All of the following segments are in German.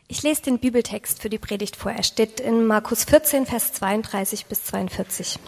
Ich lese den Bibeltext für die Predigt vor. Er steht in Markus 14, Vers 32 bis 42.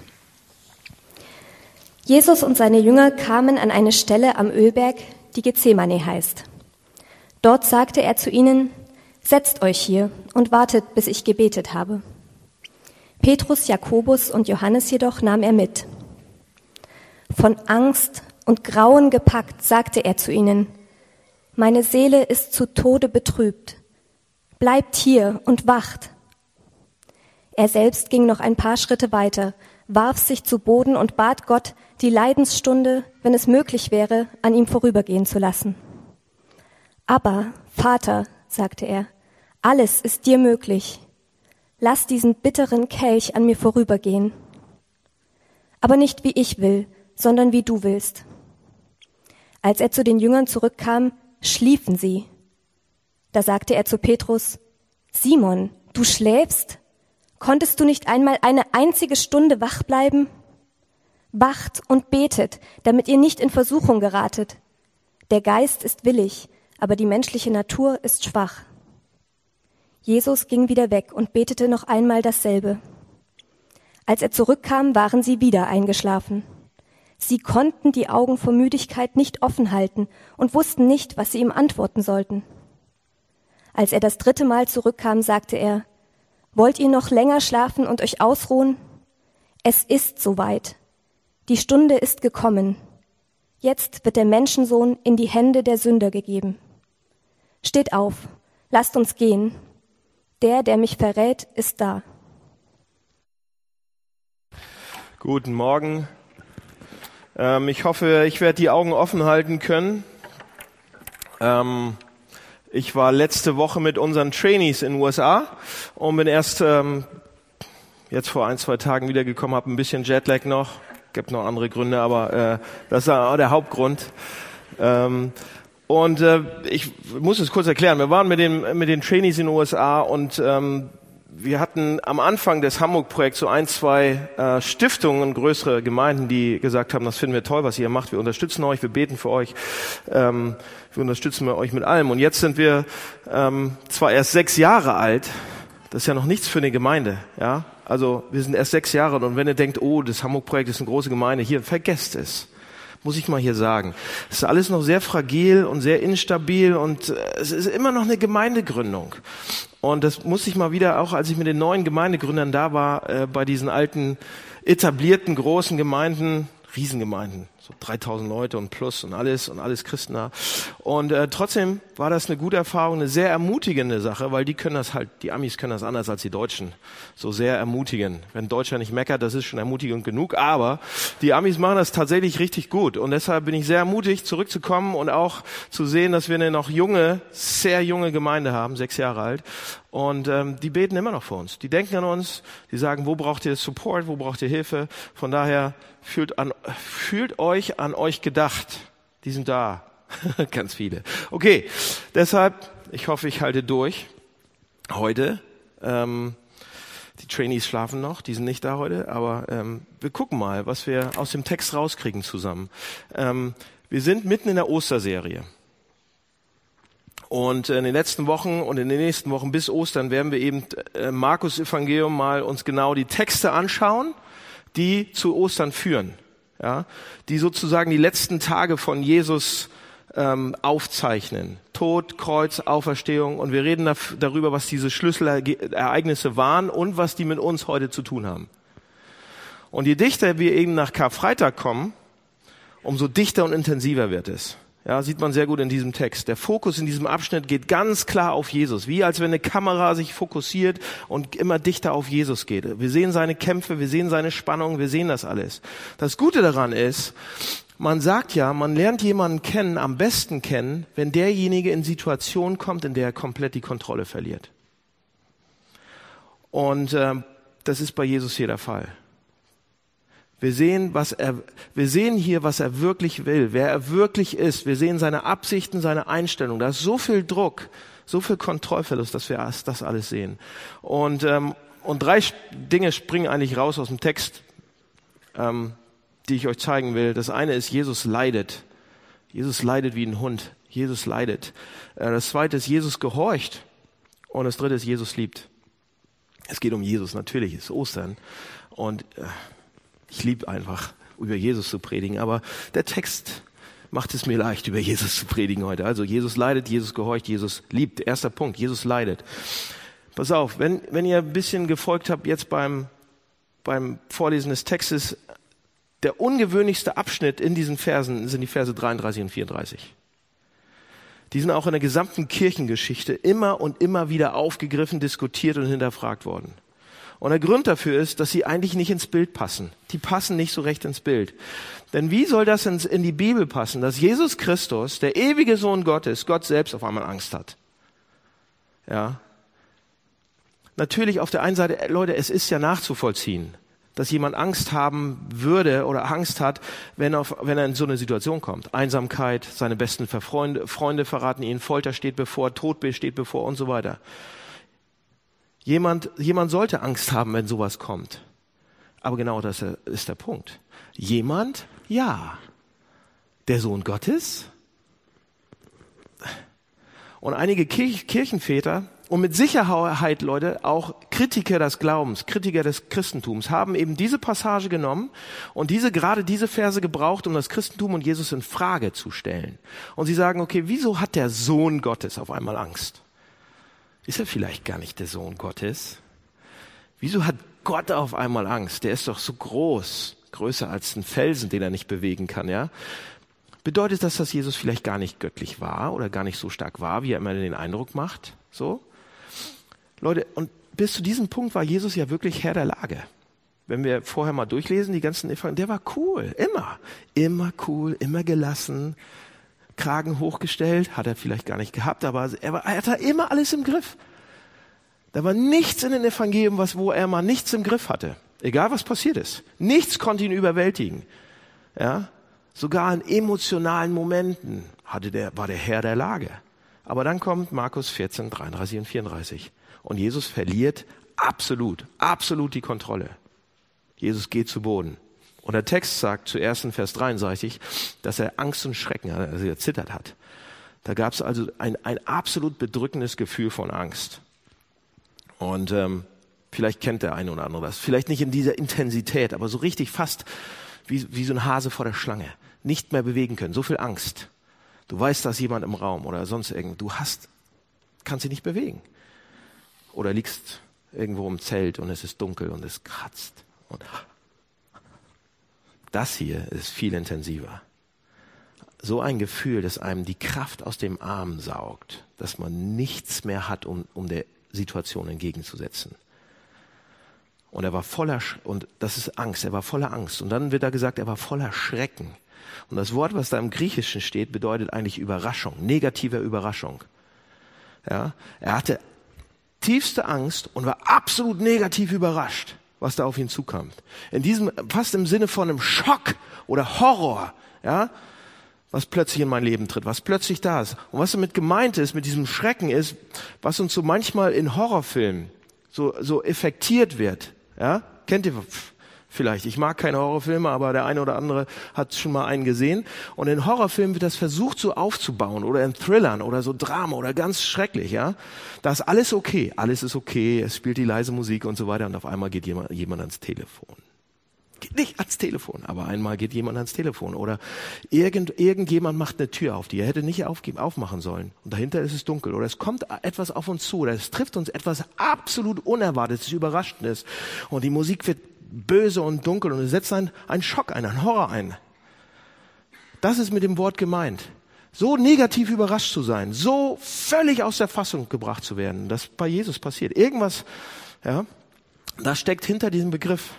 Jesus und seine Jünger kamen an eine Stelle am Ölberg, die Gethsemane heißt. Dort sagte er zu ihnen: Setzt euch hier und wartet, bis ich gebetet habe. Petrus, Jakobus und Johannes jedoch nahm er mit. Von Angst und Grauen gepackt, sagte er zu ihnen: Meine Seele ist zu Tode betrübt. Bleibt hier und wacht. Er selbst ging noch ein paar Schritte weiter, warf sich zu Boden und bat Gott, die Leidensstunde, wenn es möglich wäre, an ihm vorübergehen zu lassen. Aber, Vater, sagte er, alles ist dir möglich. Lass diesen bitteren Kelch an mir vorübergehen. Aber nicht wie ich will, sondern wie du willst. Als er zu den Jüngern zurückkam, schliefen sie. Da sagte er zu Petrus: Simon, du schläfst? Konntest du nicht einmal eine einzige Stunde wach bleiben? Wacht und betet, damit ihr nicht in Versuchung geratet. Der Geist ist willig, aber die menschliche Natur ist schwach. Jesus ging wieder weg und betete noch einmal dasselbe. Als er zurückkam, waren sie wieder eingeschlafen. Sie konnten die Augen vor Müdigkeit nicht offen halten und wussten nicht, was sie ihm antworten sollten. Als er das 3. Mal zurückkam, sagte er: Wollt ihr noch länger schlafen und euch ausruhen? Es ist soweit. Die Stunde ist gekommen. Jetzt wird der Menschensohn in die Hände der Sünder gegeben. Steht auf, lasst uns gehen. Der mich verrät, ist da. Guten Morgen. Ich hoffe, ich werde die Augen offen halten können. Ich war letzte Woche mit unseren Trainees in den USA und bin erst jetzt vor 1-2 Tagen wiedergekommen, habe ein bisschen Jetlag noch. Gibt noch andere Gründe, aber das ist auch der Hauptgrund. Ich muss es kurz erklären. Wir waren mit den Trainees in den USA und wir hatten am Anfang des Hamburg-Projekts so 1-2 Stiftungen, größere Gemeinden, die gesagt haben: Das finden wir toll, was ihr macht. Wir unterstützen euch, wir beten für euch, wir unterstützen euch mit allem. Und jetzt sind wir zwar erst 6 Jahre alt, das ist ja noch nichts für eine Gemeinde, ja. Also wir sind erst 6 Jahre alt und wenn ihr denkt, oh, das Hamburg-Projekt ist eine große Gemeinde, hier, vergesst es. Muss ich mal hier sagen. Es ist alles noch sehr fragil und sehr instabil und es ist immer noch eine Gemeindegründung. Und das musste ich mal wieder, auch als ich mit den neuen Gemeindegründern da war, bei diesen alten, etablierten, großen Gemeinden, Riesengemeinden, so 3000 Leute und plus und alles Christen da. Und trotzdem war das eine gute Erfahrung, eine sehr ermutigende Sache, weil die Amis können das anders als die Deutschen, so sehr ermutigen. Wenn Deutscher nicht meckert, das ist schon ermutigend genug, aber die Amis machen das tatsächlich richtig gut. Und deshalb bin ich sehr ermutigt, zurückzukommen und auch zu sehen, dass wir eine noch sehr junge Gemeinde haben, 6 Jahre alt. Und die beten immer noch für uns. Die denken an uns, die sagen: Wo braucht ihr Support, wo braucht ihr Hilfe? Von daher fühlt euch an euch gedacht. Die sind da. Ganz viele. Okay, deshalb, ich hoffe, ich halte durch heute. Die Trainees schlafen noch, die sind nicht da heute, aber wir gucken mal, was wir aus dem Text rauskriegen zusammen. Wir sind mitten in der Osterserie. Und in den letzten Wochen und in den nächsten Wochen bis Ostern werden wir eben Markus Evangelium mal uns genau die Texte anschauen, die zu Ostern führen, ja, die sozusagen die letzten Tage von Jesus aufzeichnen. Tod, Kreuz, Auferstehung, und wir reden darüber, was diese Schlüsselereignisse waren und was die mit uns heute zu tun haben. Und je dichter wir eben nach Karfreitag kommen, umso dichter und intensiver wird es. Ja, sieht man sehr gut in diesem Text. Der Fokus in diesem Abschnitt geht ganz klar auf Jesus. Wie als wenn eine Kamera sich fokussiert und immer dichter auf Jesus geht. Wir sehen seine Kämpfe, wir sehen seine Spannung, wir sehen das alles. Das Gute daran ist, man sagt ja, man lernt jemanden kennen, am besten kennen, wenn derjenige in Situationen kommt, in der er komplett die Kontrolle verliert. Und das ist bei Jesus hier der Fall. Wir sehen hier, was er wirklich will, wer er wirklich ist. Wir sehen seine Absichten, seine Einstellung. Da ist so viel Druck, so viel Kontrollverlust, dass wir das alles sehen. Und 3 Dinge springen eigentlich raus aus dem Text, die ich euch zeigen will. Das eine ist, Jesus leidet. Jesus leidet wie ein Hund. Jesus leidet. Das zweite ist, Jesus gehorcht. Und das dritte ist, Jesus liebt. Es geht um Jesus, natürlich ist Ostern. Und ich liebe einfach, über Jesus zu predigen. Aber der Text macht es mir leicht, über Jesus zu predigen heute. Also Jesus leidet, Jesus gehorcht, Jesus liebt. Erster Punkt, Jesus leidet. Pass auf, wenn ihr ein bisschen gefolgt habt jetzt beim Vorlesen des Textes, der ungewöhnlichste Abschnitt in diesen Versen sind die Verse 33 und 34. Die sind auch in der gesamten Kirchengeschichte immer und immer wieder aufgegriffen, diskutiert und hinterfragt worden. Und der Grund dafür ist, dass sie eigentlich nicht ins Bild passen. Die passen nicht so recht ins Bild. Denn wie soll das in die Bibel passen, dass Jesus Christus, der ewige Sohn Gottes, Gott selbst auf einmal Angst hat? Ja. Natürlich auf der einen Seite, Leute, es ist ja nachzuvollziehen, dass jemand Angst haben würde oder Angst hat, wenn er in so eine Situation kommt. Einsamkeit, seine besten Freunde verraten ihn, Folter steht bevor, Tod steht bevor und so weiter. Jemand sollte Angst haben, wenn sowas kommt. Aber genau das ist der Punkt. Jemand, ja. Der Sohn Gottes? Und einige Kirchenväter und mit Sicherheit, Leute, auch Kritiker des Glaubens, Kritiker des Christentums haben eben diese Passage genommen und gerade diese Verse gebraucht, um das Christentum und Jesus in Frage zu stellen. Und sie sagen, okay, wieso hat der Sohn Gottes auf einmal Angst? Ist er vielleicht gar nicht der Sohn Gottes? Wieso hat Gott auf einmal Angst? Der ist doch so groß, größer als ein Felsen, den er nicht bewegen kann, ja? Bedeutet das, dass Jesus vielleicht gar nicht göttlich war oder gar nicht so stark war, wie er immer den Eindruck macht? So? Leute, und bis zu diesem Punkt war Jesus ja wirklich Herr der Lage. Wenn wir vorher mal durchlesen, die ganzen Evangelien, der war cool, immer cool, immer gelassen, Kragen hochgestellt, hat er vielleicht gar nicht gehabt, aber er hatte immer alles im Griff. Da war nichts in den Evangelien, wo er mal nichts im Griff hatte. Egal was passiert ist. Nichts konnte ihn überwältigen. Ja? Sogar in emotionalen Momenten war der Herr der Lage. Aber dann kommt Markus 14, 33 und 34. Und Jesus verliert absolut die Kontrolle. Jesus geht zu Boden. Und der Text sagt zuerst in Vers 63, dass er Angst und Schrecken hat, also er zittert hat. Da gab es also ein absolut bedrückendes Gefühl von Angst. Und vielleicht kennt der eine oder andere das. Vielleicht nicht in dieser Intensität, aber so richtig fast wie so ein Hase vor der Schlange. Nicht mehr bewegen können, so viel Angst. Du weißt, da ist jemand im Raum oder sonst irgend. Kannst dich nicht bewegen. Oder liegst irgendwo im Zelt und es ist dunkel und es kratzt. Und das hier ist viel intensiver. So ein Gefühl, das einem die Kraft aus dem Arm saugt, dass man nichts mehr hat, um der Situation entgegenzusetzen. Und er war und das ist Angst, er war voller Angst. Und dann wird da gesagt, er war voller Schrecken. Und das Wort, was da im Griechischen steht, bedeutet eigentlich Überraschung, negative Überraschung. Ja, er hatte tiefste Angst und war absolut negativ überrascht, was da auf ihn zukam. Fast im Sinne von einem Schock oder Horror, ja, was plötzlich in mein Leben tritt, was plötzlich da ist. Und was damit gemeint ist, mit diesem Schrecken ist, was uns so manchmal in Horrorfilmen so effektiert wird, ja, kennt ihr vielleicht, ich mag keine Horrorfilme, aber der eine oder andere hat schon mal einen gesehen. Und in Horrorfilmen wird das versucht so aufzubauen oder in Thrillern oder so Drama oder ganz schrecklich, ja. Da ist alles okay, es spielt die leise Musik und so weiter und auf einmal geht jemand ans Telefon. Geht nicht ans Telefon, aber einmal geht jemand ans Telefon oder irgendjemand macht eine Tür auf, die er hätte nicht aufmachen sollen. Und dahinter ist es dunkel oder es kommt etwas auf uns zu oder es trifft uns etwas absolut Unerwartetes, Überraschendes und die Musik wird böse und dunkel und es setzt einen Schock ein, einen Horror ein. Das ist mit dem Wort gemeint. So negativ überrascht zu sein, so völlig aus der Fassung gebracht zu werden, das bei Jesus passiert. Irgendwas, ja, das steckt hinter diesem Begriff.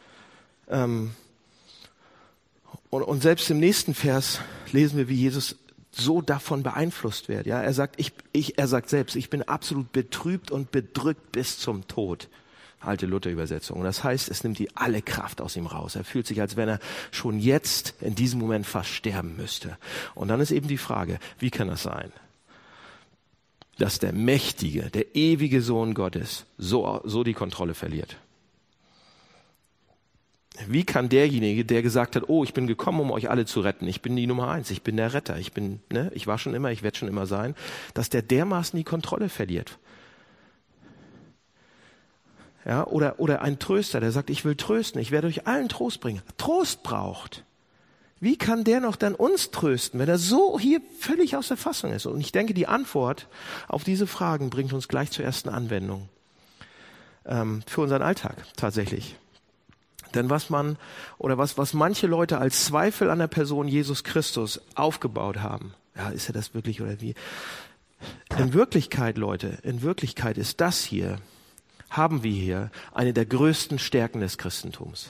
Und selbst im nächsten Vers lesen wir, wie Jesus so davon beeinflusst wird. Ja, er sagt selbst, ich bin absolut betrübt und bedrückt bis zum Tod. Alte Luther-Übersetzung. Und das heißt, es nimmt alle Kraft aus ihm raus. Er fühlt sich, als wenn er schon jetzt in diesem Moment fast sterben müsste. Und dann ist eben die Frage, wie kann das sein, dass der mächtige, der ewige Sohn Gottes so die Kontrolle verliert? Wie kann derjenige, der gesagt hat, ich bin gekommen, um euch alle zu retten, ich bin die Nummer 1, ich bin der Retter, ich war schon immer, ich werde schon immer sein, dass der dermaßen die Kontrolle verliert? Ja, oder ein Tröster, der sagt, ich will trösten, ich werde euch allen Trost bringen. Trost braucht. Wie kann der noch dann uns trösten, wenn er so hier völlig aus der Fassung ist? Und ich denke, die Antwort auf diese Fragen bringt uns gleich zur ersten Anwendung. Für unseren Alltag tatsächlich. Denn was manche Leute als Zweifel an der Person Jesus Christus aufgebaut haben, ja, ist er das wirklich oder wie? In Wirklichkeit, Leute, ist das hier, haben wir hier eine der größten Stärken des Christentums.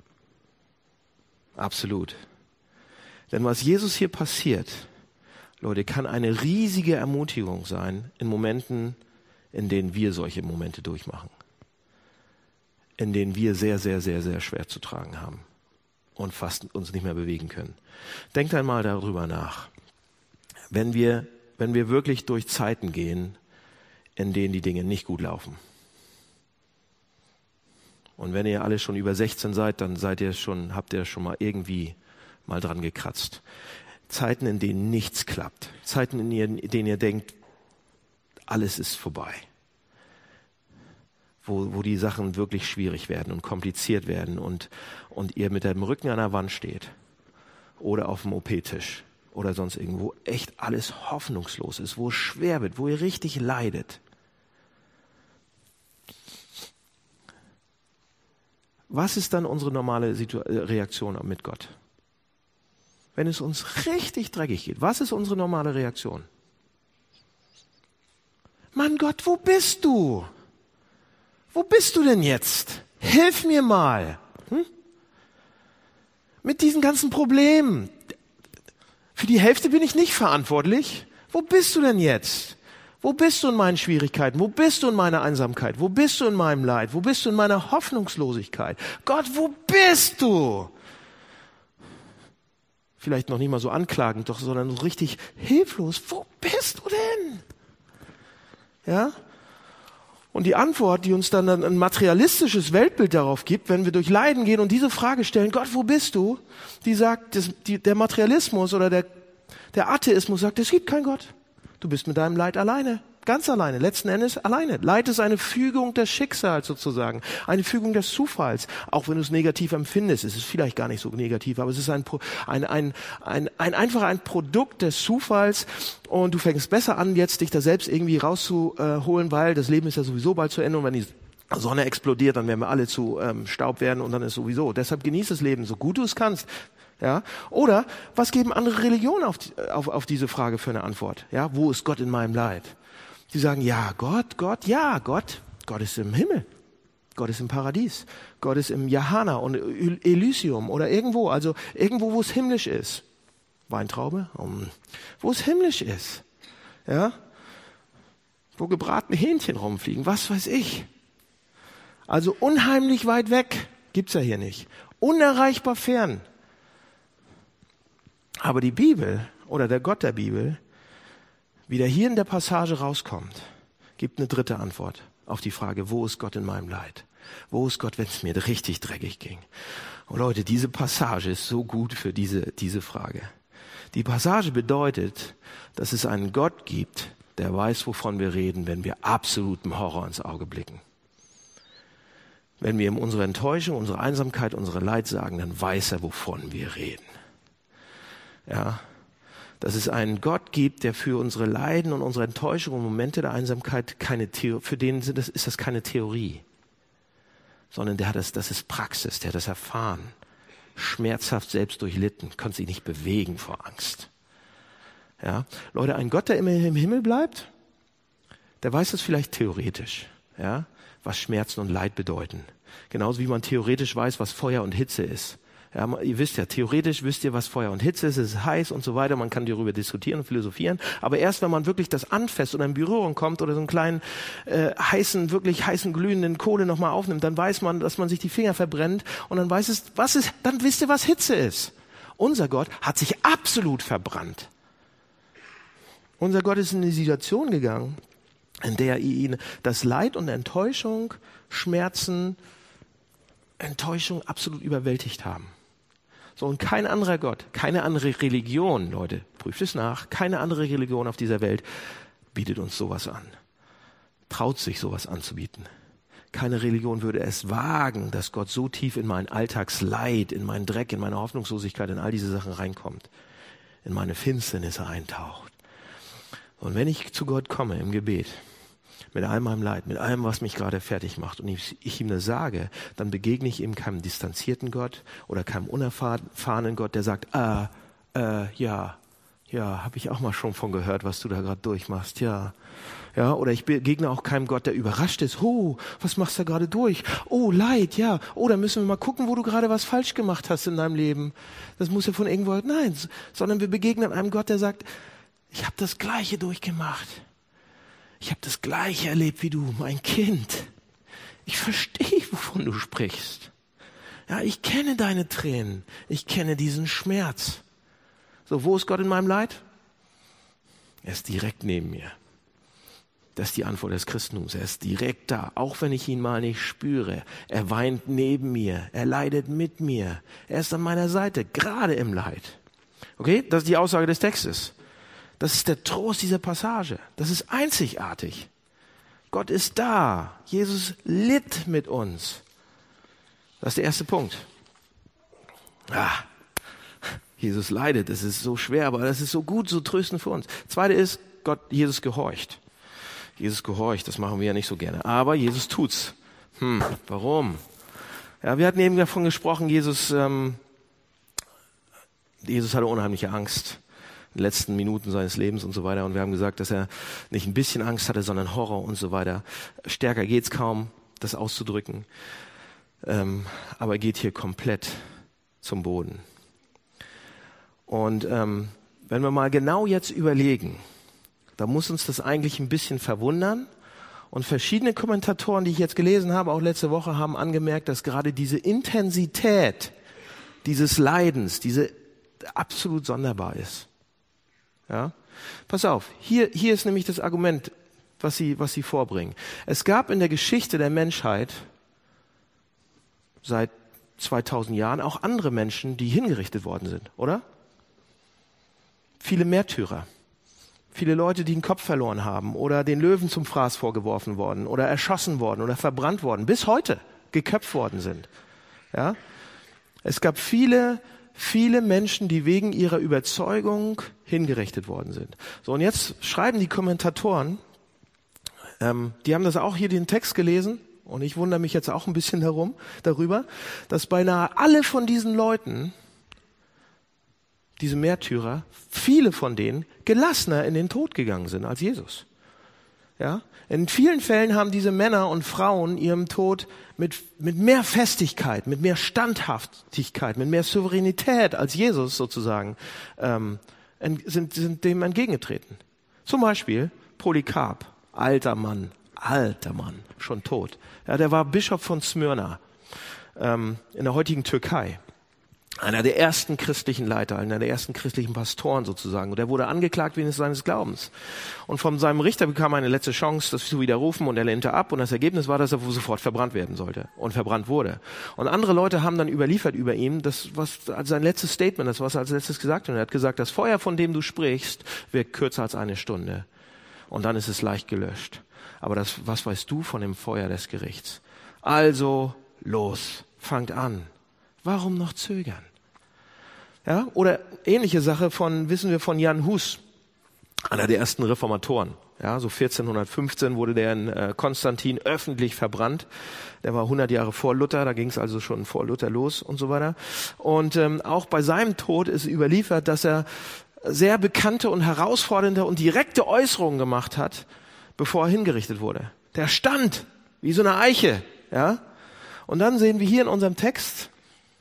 Absolut. Denn was Jesus hier passiert, Leute, kann eine riesige Ermutigung sein in Momenten, in denen wir solche Momente durchmachen. In denen wir sehr, sehr, sehr, sehr schwer zu tragen haben und fast uns nicht mehr bewegen können. Denkt einmal darüber nach. Wenn wir wirklich durch Zeiten gehen, in denen die Dinge nicht gut laufen. Und wenn ihr alle schon über 16 seid, dann habt ihr schon mal irgendwie mal dran gekratzt. Zeiten, in denen nichts klappt. Zeiten, in denen ihr denkt, alles ist vorbei. Wo die Sachen wirklich schwierig werden und kompliziert werden und ihr mit dem Rücken an der Wand steht oder auf dem OP-Tisch oder sonst irgendwo echt alles hoffnungslos ist, wo es schwer wird, wo ihr richtig leidet. Was ist dann unsere normale Reaktion mit Gott? Wenn es uns richtig dreckig geht, was ist unsere normale Reaktion? Mann Gott, wo bist du? Wo bist du denn jetzt? Hilf mir mal. Mit diesen ganzen Problemen. Für die Hälfte bin ich nicht verantwortlich. Wo bist du denn jetzt? Wo bist du in meinen Schwierigkeiten? Wo bist du in meiner Einsamkeit? Wo bist du in meinem Leid? Wo bist du in meiner Hoffnungslosigkeit? Gott, wo bist du? Vielleicht noch nicht mal so anklagend, doch, sondern so richtig hilflos. Wo bist du denn? Ja? Und die Antwort, die uns dann ein materialistisches Weltbild darauf gibt, wenn wir durch Leiden gehen und diese Frage stellen, Gott, wo bist du? Die sagt, der Materialismus oder der Atheismus sagt, es gibt keinen Gott. Du bist mit deinem Leid alleine, ganz alleine, letzten Endes alleine. Leid ist eine Fügung des Schicksals sozusagen, eine Fügung des Zufalls. Auch wenn du es negativ empfindest, ist es vielleicht gar nicht so negativ, aber es ist einfach ein Produkt des Zufalls und du fängst besser an, jetzt dich da selbst irgendwie rauszuholen, weil das Leben ist ja sowieso bald zu Ende und wenn die Sonne explodiert, dann werden wir alle zu Staub werden und dann ist sowieso. Deshalb genieß das Leben, so gut du es kannst. Ja? Oder was geben andere Religionen auf diese Frage für eine Antwort? Ja? Wo ist Gott in meinem Leid? Die sagen, ja, Gott ist im Himmel. Gott ist im Paradies. Gott ist im Jahana und Elysium oder irgendwo, also irgendwo, wo es himmlisch ist. Weintraube? Wo es himmlisch ist. Ja? Wo gebratene Hähnchen rumfliegen, was weiß ich. Also unheimlich weit weg gibt's ja hier nicht. Unerreichbar fern. Aber die Bibel oder der Gott der Bibel, wie der hier in der Passage rauskommt, gibt eine dritte Antwort auf die Frage, wo ist Gott in meinem Leid? Wo ist Gott, wenn es mir richtig dreckig ging? Und Leute, diese Passage ist so gut für diese Frage. Die Passage bedeutet, dass es einen Gott gibt, der weiß, wovon wir reden, wenn wir absolutem Horror ins Auge blicken. Wenn wir ihm unsere Enttäuschung, unsere Einsamkeit, unsere Leid sagen, dann weiß er, wovon wir reden. Ja, dass es einen Gott gibt, der für unsere Leiden und unsere Enttäuschung und Momente der Einsamkeit für den ist das keine Theorie, sondern das ist Praxis, der hat das erfahren, schmerzhaft selbst durchlitten, konnte sich nicht bewegen vor Angst. Ja, Leute, ein Gott, der immer im Himmel bleibt, der weiß das vielleicht theoretisch, ja, was Schmerzen und Leid bedeuten. Genauso wie man theoretisch weiß, was Feuer und Hitze ist. Ja, ihr wisst ja, theoretisch wisst ihr, was Feuer und Hitze ist, es ist heiß und so weiter, man kann darüber diskutieren und philosophieren, aber erst wenn man wirklich das anfasst oder in Berührung kommt oder so einen kleinen wirklich heißen glühenden Kohle nochmal aufnimmt, dann weiß man, dass man sich die Finger verbrennt und dann dann wisst ihr, was Hitze ist. Unser Gott hat sich absolut verbrannt. Unser Gott ist in eine Situation gegangen, in der ihn das Leid und Enttäuschung, Schmerzen, Enttäuschung absolut überwältigt haben. So, und kein anderer Gott, keine andere Religion, Leute, prüft es nach, keine andere Religion auf dieser Welt bietet uns sowas an. Traut sich sowas anzubieten. Keine Religion würde es wagen, dass Gott so tief in mein Alltagsleid, in meinen Dreck, in meine Hoffnungslosigkeit, in all diese Sachen reinkommt, in meine Finsternisse eintaucht. Und wenn ich zu Gott komme im Gebet, mit all meinem Leid, mit allem, was mich gerade fertig macht, und ich ihm das sage, dann begegne ich ihm keinem distanzierten Gott oder keinem unerfahrenen Gott, der sagt, ja, habe ich auch mal schon von gehört, was du da gerade durchmachst, ja. Ja, oder ich begegne auch keinem Gott, der überrascht ist. Oh, was machst du da gerade durch? Oh, Leid, ja. Oh, da müssen wir mal gucken, wo du gerade was falsch gemacht hast in deinem Leben. Das muss ja von irgendwo, nein, sondern wir begegnen einem Gott, der sagt, ich habe das Gleiche durchgemacht. Ich habe das Gleiche erlebt wie du, mein Kind. Ich verstehe, wovon du sprichst. Ja, ich kenne deine Tränen. Ich kenne diesen Schmerz. So, wo ist Gott in meinem Leid? Er ist direkt neben mir. Das ist die Antwort des Christentums. Er ist direkt da, auch wenn ich ihn mal nicht spüre. Er weint neben mir. Er leidet mit mir. Er ist an meiner Seite, gerade im Leid. Okay, das ist die Aussage des Textes. Das ist der Trost dieser Passage. Das ist einzigartig. Gott ist da. Jesus litt mit uns. Das ist der erste Punkt. Jesus leidet. Das ist so schwer, aber das ist so gut, so tröstend für uns. Zweite ist, Jesus gehorcht. Jesus gehorcht, das machen wir ja nicht so gerne. Aber Jesus tut's. Warum? Ja, wir hatten eben davon gesprochen, Jesus hatte unheimliche Angst in den letzten Minuten seines Lebens und so weiter. Und wir haben gesagt, dass er nicht ein bisschen Angst hatte, sondern Horror und so weiter. Stärker geht's kaum, das auszudrücken. Aber er geht hier komplett zum Boden. Und wenn wir mal genau jetzt überlegen, da muss uns das eigentlich ein bisschen verwundern. Und verschiedene Kommentatoren, die ich jetzt gelesen habe, auch letzte Woche, haben angemerkt, dass gerade diese Intensität dieses Leidens, diese absolut sonderbar ist. Ja? Pass auf, hier ist nämlich das Argument, was sie vorbringen. Es gab in der Geschichte der Menschheit seit 2000 Jahren auch andere Menschen, die hingerichtet worden sind, oder? Viele Märtyrer. Viele Leute, die den Kopf verloren haben oder den Löwen zum Fraß vorgeworfen worden oder erschossen worden oder verbrannt worden, bis heute geköpft worden sind. Ja? Es gab viele Menschen, die wegen ihrer Überzeugung hingerichtet worden sind. So, und jetzt schreiben die Kommentatoren, die haben das auch hier den Text gelesen und ich wundere mich jetzt auch ein bisschen darüber, dass beinahe alle von diesen Leuten, diese Märtyrer, viele von denen gelassener in den Tod gegangen sind als Jesus. Ja? In vielen Fällen haben diese Männer und Frauen ihrem Tod mit mehr Festigkeit, mit mehr Standhaftigkeit, mit mehr Souveränität als Jesus sozusagen, sind dem entgegengetreten. Zum Beispiel Polycarp, alter Mann, schon tot. Ja, der war Bischof von Smyrna, in der heutigen Türkei. Einer der ersten christlichen Leiter, einer der ersten christlichen Pastoren sozusagen. Und er wurde angeklagt wegen seines Glaubens. Und von seinem Richter bekam er eine letzte Chance, das zu widerrufen, und er lehnte ab. Und das Ergebnis war, dass er sofort verbrannt werden sollte und verbrannt wurde. Und andere Leute haben dann überliefert über ihn, das was als sein letztes Statement, das was er als letztes gesagt hat. Und er hat gesagt, das Feuer, von dem du sprichst, wirkt kürzer als eine Stunde. Und dann ist es leicht gelöscht. Aber was weißt du von dem Feuer des Gerichts? Also los, fangt an. Warum noch zögern? Ja, oder ähnliche Sache wissen wir von Jan Hus, einer der ersten Reformatoren. Ja, so 1415 wurde der in Konstantin öffentlich verbrannt. Der war 100 Jahre vor Luther, da ging es also schon vor Luther los und so weiter. Und auch bei seinem Tod ist überliefert, dass er sehr bekannte und herausfordernde und direkte Äußerungen gemacht hat, bevor er hingerichtet wurde. Der stand wie so eine Eiche. Ja, und dann sehen wir hier in unserem Text,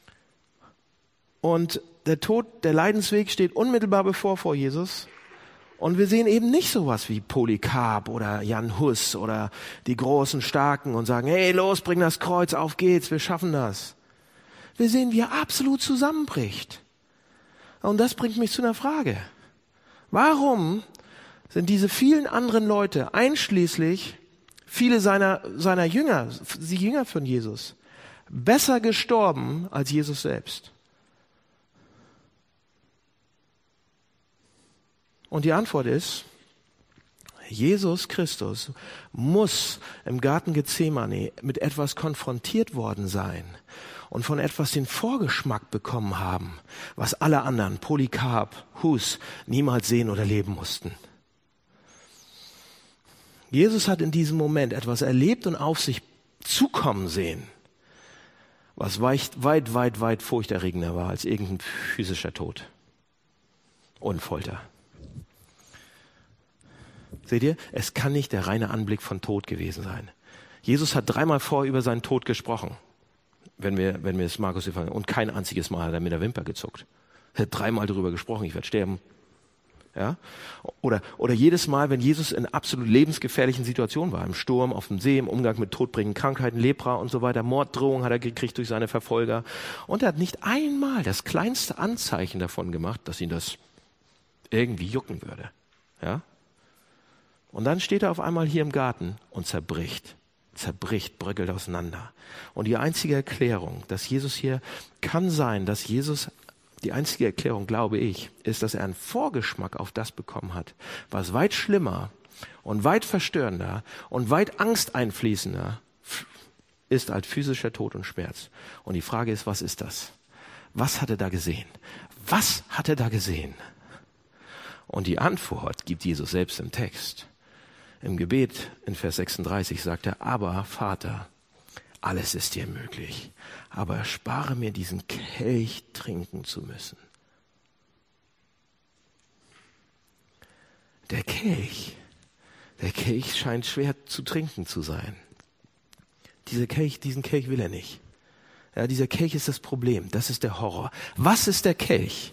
und der Tod, der Leidensweg steht unmittelbar bevor vor Jesus. Und wir sehen eben nicht sowas wie Polycarp oder Jan Hus oder die großen Starken und sagen, hey, los, bring das Kreuz, auf geht's, wir schaffen das. Wir sehen, wie er absolut zusammenbricht. Und das bringt mich zu einer Frage. Warum sind diese vielen anderen Leute, einschließlich viele seiner Jünger, die Jünger von Jesus, besser gestorben als Jesus selbst? Und die Antwort ist, Jesus Christus muss im Garten Gethsemane mit etwas konfrontiert worden sein und von etwas den Vorgeschmack bekommen haben, was alle anderen, Polycarp, Hus, niemals sehen oder leben mussten. Jesus hat in diesem Moment etwas erlebt und auf sich zukommen sehen, was weit furchterregender war als irgendein physischer Tod und Folter. Seht ihr, es kann nicht der reine Anblick von Tod gewesen sein. Jesus hat 3-mal vorher über seinen Tod gesprochen, wenn wir es Markus Evangelium, und kein einziges Mal hat er mit der Wimper gezuckt. Er hat 3-mal darüber gesprochen, ich werde sterben. Ja? Oder jedes Mal, wenn Jesus in absolut lebensgefährlichen Situationen war, im Sturm, auf dem See, im Umgang mit todbringenden Krankheiten, Lepra und so weiter, Morddrohungen hat er gekriegt durch seine Verfolger. Und er hat nicht einmal das kleinste Anzeichen davon gemacht, dass ihn das irgendwie jucken würde. Ja? Und dann steht er auf einmal hier im Garten und zerbricht, bröckelt auseinander. Und die einzige Erklärung, dass Jesus hier, kann sein, dass Jesus, die einzige Erklärung, glaube ich, ist, dass er einen Vorgeschmack auf das bekommen hat, was weit schlimmer und weit verstörender und weit angsteinfließender ist als physischer Tod und Schmerz. Und die Frage ist, was ist das? Was hat er da gesehen? Was hat er da gesehen? Und die Antwort gibt Jesus selbst im Text. Im Gebet in Vers 36 sagt er, aber Vater, alles ist dir möglich, aber erspare mir diesen Kelch trinken zu müssen. Der Kelch scheint schwer zu trinken zu sein. Diesen Kelch will er nicht. Ja, dieser Kelch ist das Problem, das ist der Horror. Was ist der Kelch?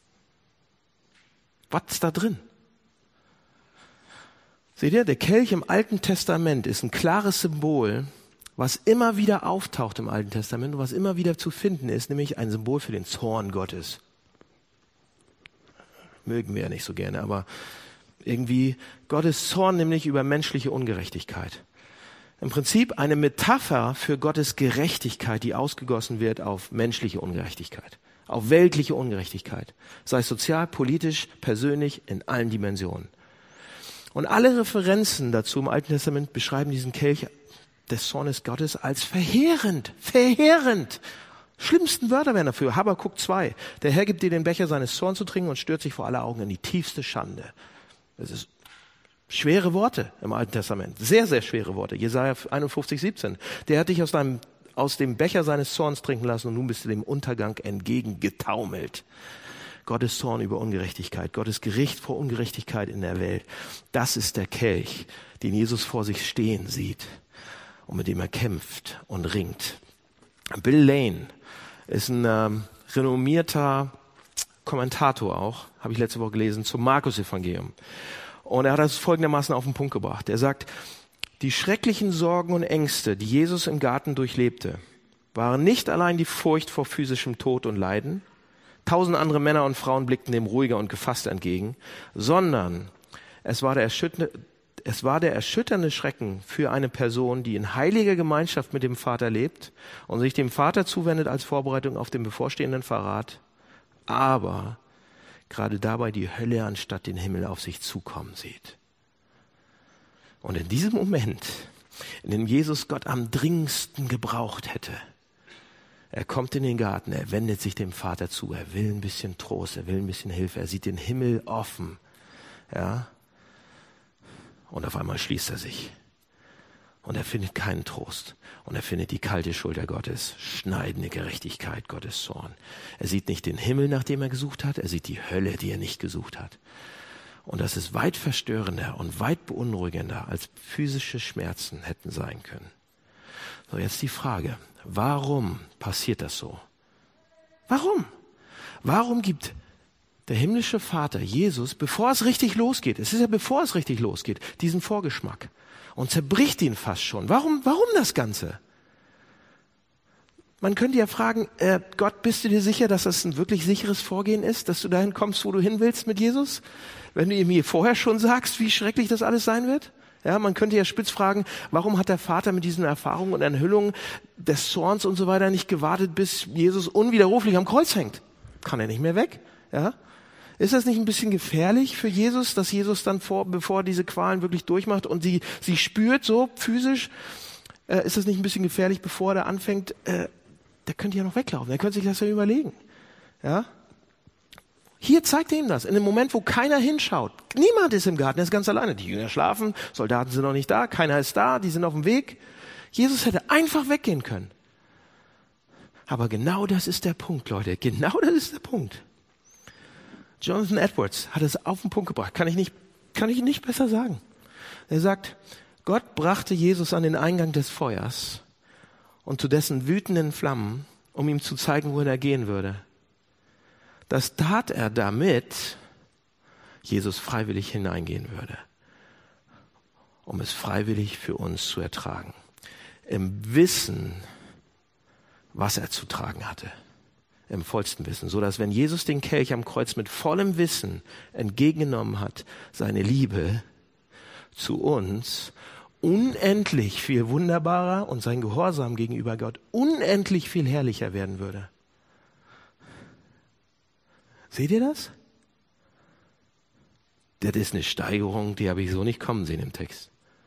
Was ist da drin? Seht ihr, der Kelch im Alten Testament ist ein klares Symbol, was immer wieder auftaucht im Alten Testament und was immer wieder zu finden ist, nämlich ein Symbol für den Zorn Gottes. Mögen wir ja nicht so gerne, aber irgendwie Gottes Zorn nämlich über menschliche Ungerechtigkeit. Im Prinzip eine Metapher für Gottes Gerechtigkeit, die ausgegossen wird auf menschliche Ungerechtigkeit, auf weltliche Ungerechtigkeit, sei es sozial, politisch, persönlich, in allen Dimensionen. Und alle Referenzen dazu im Alten Testament beschreiben diesen Kelch des Zornes Gottes als verheerend. Schlimmsten Wörter wären dafür. Habakuk 2. Der Herr gibt dir den Becher seines Zorns zu trinken und stürzt sich vor aller Augen in die tiefste Schande. Das ist schwere Worte im Alten Testament. Sehr, sehr schwere Worte. Jesaja 51,17. Der hat dich aus dem Becher seines Zorns trinken lassen und nun bist du dem Untergang entgegengetaumelt. Gottes Zorn über Ungerechtigkeit, Gottes Gericht vor Ungerechtigkeit in der Welt. Das ist der Kelch, den Jesus vor sich stehen sieht und mit dem er kämpft und ringt. Bill Lane ist ein renommierter Kommentator auch, habe ich letzte Woche gelesen, zum Markus-Evangelium. Und er hat das folgendermaßen auf den Punkt gebracht. Er sagt, die schrecklichen Sorgen und Ängste, die Jesus im Garten durchlebte, waren nicht allein die Furcht vor physischem Tod und Leiden, 1000 andere Männer und Frauen blickten dem ruhiger und gefasst entgegen, sondern es war der erschütternde Schrecken für eine Person, die in heiliger Gemeinschaft mit dem Vater lebt und sich dem Vater zuwendet als Vorbereitung auf den bevorstehenden Verrat, aber gerade dabei die Hölle anstatt den Himmel auf sich zukommen sieht. Und in diesem Moment, in dem Jesus Gott am dringendsten gebraucht hätte, er kommt in den Garten, er wendet sich dem Vater zu, er will ein bisschen Trost, er will ein bisschen Hilfe, er sieht den Himmel offen, ja. Und auf einmal schließt er sich. Und er findet keinen Trost. Und er findet die kalte Schulter Gottes, schneidende Gerechtigkeit, Gottes Zorn. Er sieht nicht den Himmel, nach dem er gesucht hat, er sieht die Hölle, die er nicht gesucht hat. Und das ist weit verstörender und weit beunruhigender, als physische Schmerzen hätten sein können. So, jetzt die Frage, warum passiert das so? Warum? Warum gibt der himmlische Vater Jesus, bevor es richtig losgeht, es ist ja bevor es richtig losgeht, diesen Vorgeschmack und zerbricht ihn fast schon? Warum das Ganze? Man könnte ja fragen, Gott, bist du dir sicher, dass das ein wirklich sicheres Vorgehen ist, dass du dahin kommst, wo du hin willst mit Jesus? Wenn du mir vorher schon sagst, wie schrecklich das alles sein wird? Ja, man könnte ja spitz fragen, warum hat der Vater mit diesen Erfahrungen und Enthüllungen des Zorns und so weiter nicht gewartet, bis Jesus unwiderruflich am Kreuz hängt? Kann er nicht mehr weg? Ja? Ist das nicht ein bisschen gefährlich für Jesus, dass Jesus dann bevor er diese Qualen wirklich durchmacht und sie spürt, so physisch, ist das nicht ein bisschen gefährlich, bevor er anfängt, der könnte ja noch weglaufen, der könnte sich das ja überlegen. Ja? Hier zeigt er ihm das, in dem Moment, wo keiner hinschaut. Niemand ist im Garten, er ist ganz alleine. Die Jünger schlafen, Soldaten sind noch nicht da, keiner ist da, die sind auf dem Weg. Jesus hätte einfach weggehen können. Aber genau das ist der Punkt, Leute. Genau das ist der Punkt. Jonathan Edwards hat es auf den Punkt gebracht. Kann ich nicht besser sagen. Er sagt, Gott brachte Jesus an den Eingang des Feuers und zu dessen wütenden Flammen, um ihm zu zeigen, wohin er gehen würde. Das tat er, damit Jesus freiwillig hineingehen würde, um es freiwillig für uns zu ertragen. Im Wissen, was er zu tragen hatte. Im vollsten Wissen. So dass wenn Jesus den Kelch am Kreuz mit vollem Wissen entgegengenommen hat, seine Liebe zu uns unendlich viel wunderbarer und sein Gehorsam gegenüber Gott unendlich viel herrlicher werden würde. Seht ihr das? Das ist eine Steigerung, die habe ich so nicht kommen sehen im Text.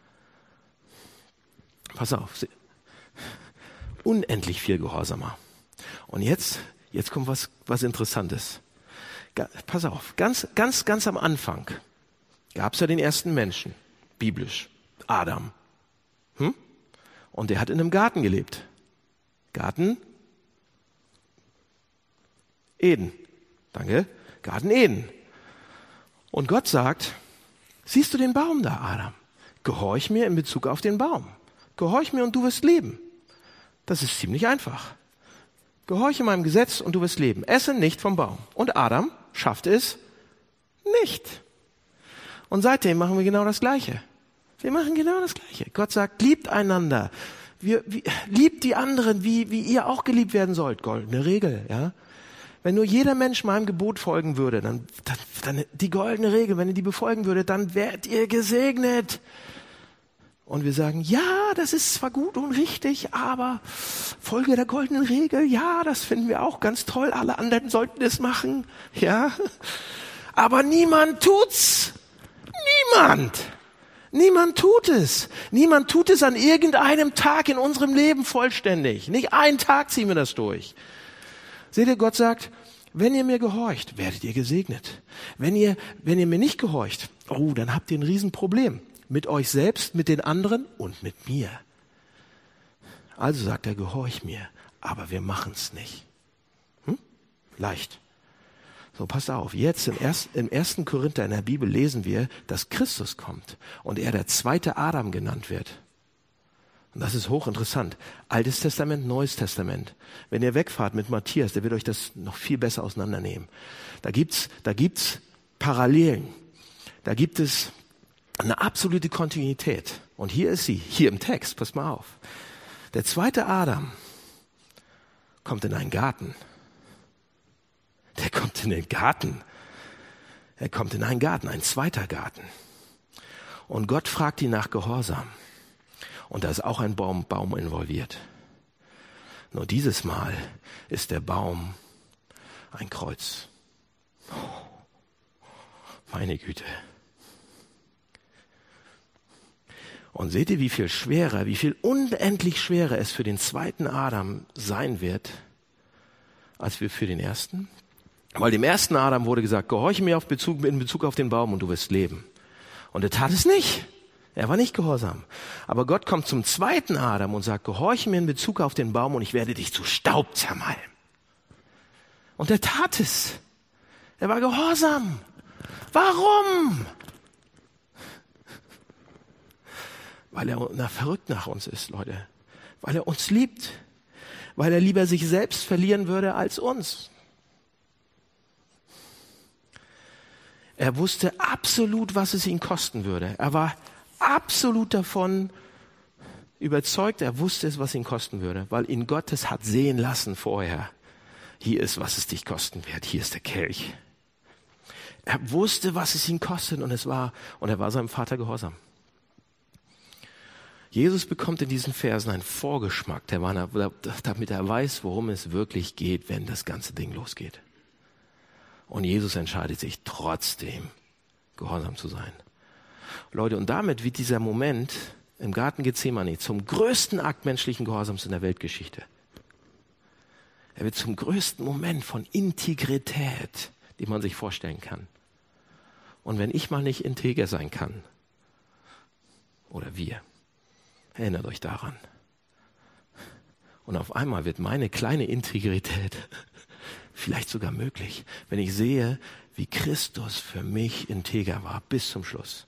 Pass auf. Unendlich viel gehorsamer. Und jetzt kommt was Interessantes. Pass auf. Ganz am Anfang gab es ja den ersten Menschen, biblisch, Adam. Und der hat in einem Garten gelebt. Garten Eden. Danke. Garten Eden. Und Gott sagt, siehst du den Baum da, Adam? Gehorch mir in Bezug auf den Baum. Gehorch mir und du wirst leben. Das ist ziemlich einfach. Gehorche meinem Gesetz und du wirst leben. Esse nicht vom Baum. Und Adam schafft es nicht. Und seitdem machen wir genau das Gleiche. Wir machen genau das Gleiche. Gott sagt, liebt einander. Liebt die anderen, wie ihr auch geliebt werden sollt. Goldene Regel, ja. Wenn nur jeder Mensch meinem Gebot folgen würde, dann die goldene Regel, wenn ihr die befolgen würdet, dann werdet ihr gesegnet. Und wir sagen, ja, das ist zwar gut und richtig, aber Folge der goldenen Regel, ja, das finden wir auch ganz toll. Alle anderen sollten es machen, ja. Aber niemand tut's. Niemand tut es. Niemand tut es an irgendeinem Tag in unserem Leben vollständig. Nicht einen Tag ziehen wir das durch. Seht ihr, Gott sagt, wenn ihr mir gehorcht, werdet ihr gesegnet. Wenn ihr mir nicht gehorcht, dann habt ihr ein Riesenproblem. Mit euch selbst, mit den anderen und mit mir. Also sagt er, gehorch mir. Aber wir machen es nicht. Leicht. So, passt auf. Jetzt im 1. Korinther in der Bibel lesen wir, dass Christus kommt und er der zweite Adam genannt wird. Und das ist hochinteressant. Altes Testament, Neues Testament. Wenn ihr wegfahrt mit Matthias, der wird euch das noch viel besser auseinandernehmen. Da gibt's Parallelen. Da gibt es eine absolute Kontinuität. Und hier ist sie, hier im Text, passt mal auf. Der zweite Adam kommt in einen Garten. Der kommt in den Garten. Er kommt in einen Garten, ein zweiter Garten. Und Gott fragt ihn nach Gehorsam. Und da ist auch ein Baum involviert. Nur dieses Mal ist der Baum ein Kreuz. Meine Güte. Und seht ihr, wie viel unendlich schwerer es für den zweiten Adam sein wird, als für den ersten? Weil dem ersten Adam wurde gesagt, gehorche mir in Bezug auf den Baum und du wirst leben. Und er tat es nicht. Er war nicht gehorsam. Aber Gott kommt zum zweiten Adam und sagt, gehorche mir in Bezug auf den Baum und ich werde dich zu Staub zermalmen. Und er tat es. Er war gehorsam. Warum? Weil er verrückt nach uns ist, Leute. Weil er uns liebt. Weil er lieber sich selbst verlieren würde als uns. Er wusste absolut, was es ihn kosten würde. Er war absolut davon überzeugt, er wusste es, was ihn kosten würde, weil ihn Gott es hat sehen lassen vorher. Hier ist, was es dich kosten wird. Hier ist der Kelch. Er wusste, was es ihn kostet und er war seinem Vater gehorsam. Jesus bekommt in diesen Versen einen Vorgeschmack, damit er weiß, worum es wirklich geht, wenn das ganze Ding losgeht. Und Jesus entscheidet sich trotzdem, gehorsam zu sein. Leute, und damit wird dieser Moment im Garten Gethsemane zum größten Akt menschlichen Gehorsams in der Weltgeschichte. Er wird zum größten Moment von Integrität, die man sich vorstellen kann. Und wenn ich mal nicht integer sein kann, oder wir, erinnert euch daran. Und auf einmal wird meine kleine Integrität vielleicht sogar möglich, wenn ich sehe, wie Christus für mich integer war, bis zum Schluss.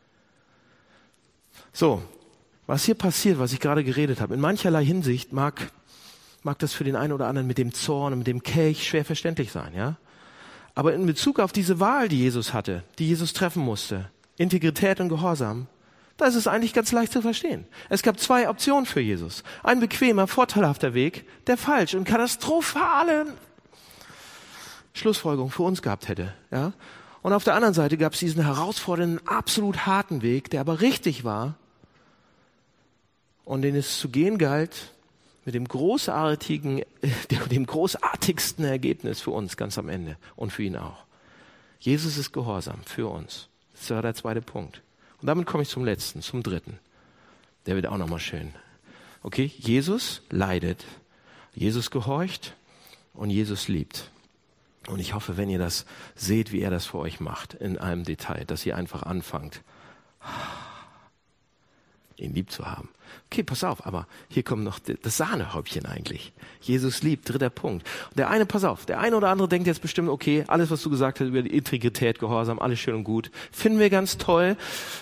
So, was hier passiert, was ich gerade geredet habe, in mancherlei Hinsicht mag das für den einen oder anderen mit dem Zorn und mit dem Kelch schwer verständlich sein, ja? Aber in Bezug auf diese Wahl, die Jesus hatte, die Jesus treffen musste, Integrität und Gehorsam, da ist es eigentlich ganz leicht zu verstehen. Es gab 2 Optionen für Jesus. Ein bequemer, vorteilhafter Weg, der falsch und katastrophale Schlussfolgerung für uns gehabt hätte, ja? Und auf der anderen Seite gab es diesen herausfordernden, absolut harten Weg, der aber richtig war und den es zu gehen galt mit dem großartigsten Ergebnis für uns ganz am Ende und für ihn auch. Jesus ist gehorsam für uns. Das war der 2. Punkt. Und damit komme ich zum letzten, zum 3. Der wird auch nochmal schön. Okay, Jesus leidet, Jesus gehorcht und Jesus liebt. Und ich hoffe, wenn ihr das seht, wie er das für euch macht, in einem Detail, dass ihr einfach anfangt, ihn lieb zu haben. Okay, pass auf, aber hier kommt noch das Sahnehäubchen eigentlich. Jesus liebt, 3. Punkt. Und der eine, pass auf, der eine oder andere denkt jetzt bestimmt, okay, alles, was du gesagt hast über die Integrität, Gehorsam, alles schön und gut, finden wir ganz toll.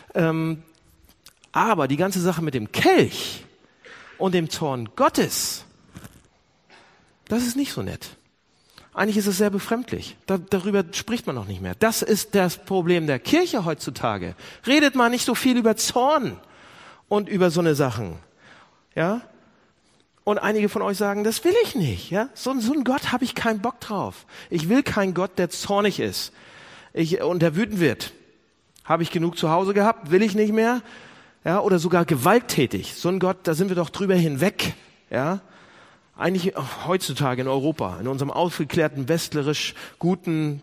Aber die ganze Sache mit dem Kelch und dem Zorn Gottes, das ist nicht so nett. Eigentlich ist es sehr befremdlich. Darüber spricht man noch nicht mehr. Das ist das Problem der Kirche heutzutage. Redet mal nicht so viel über Zorn und über so eine Sachen. Ja? Und einige von euch sagen, das will ich nicht. Ja? So einen Gott habe ich keinen Bock drauf. Ich will keinen Gott, der zornig ist und der wütend wird. Habe ich genug zu Hause gehabt? Will ich nicht mehr? Ja? Oder sogar gewalttätig. So ein Gott, da sind wir doch drüber hinweg. Ja? Eigentlich heutzutage in Europa, in unserem aufgeklärten, westlerisch guten,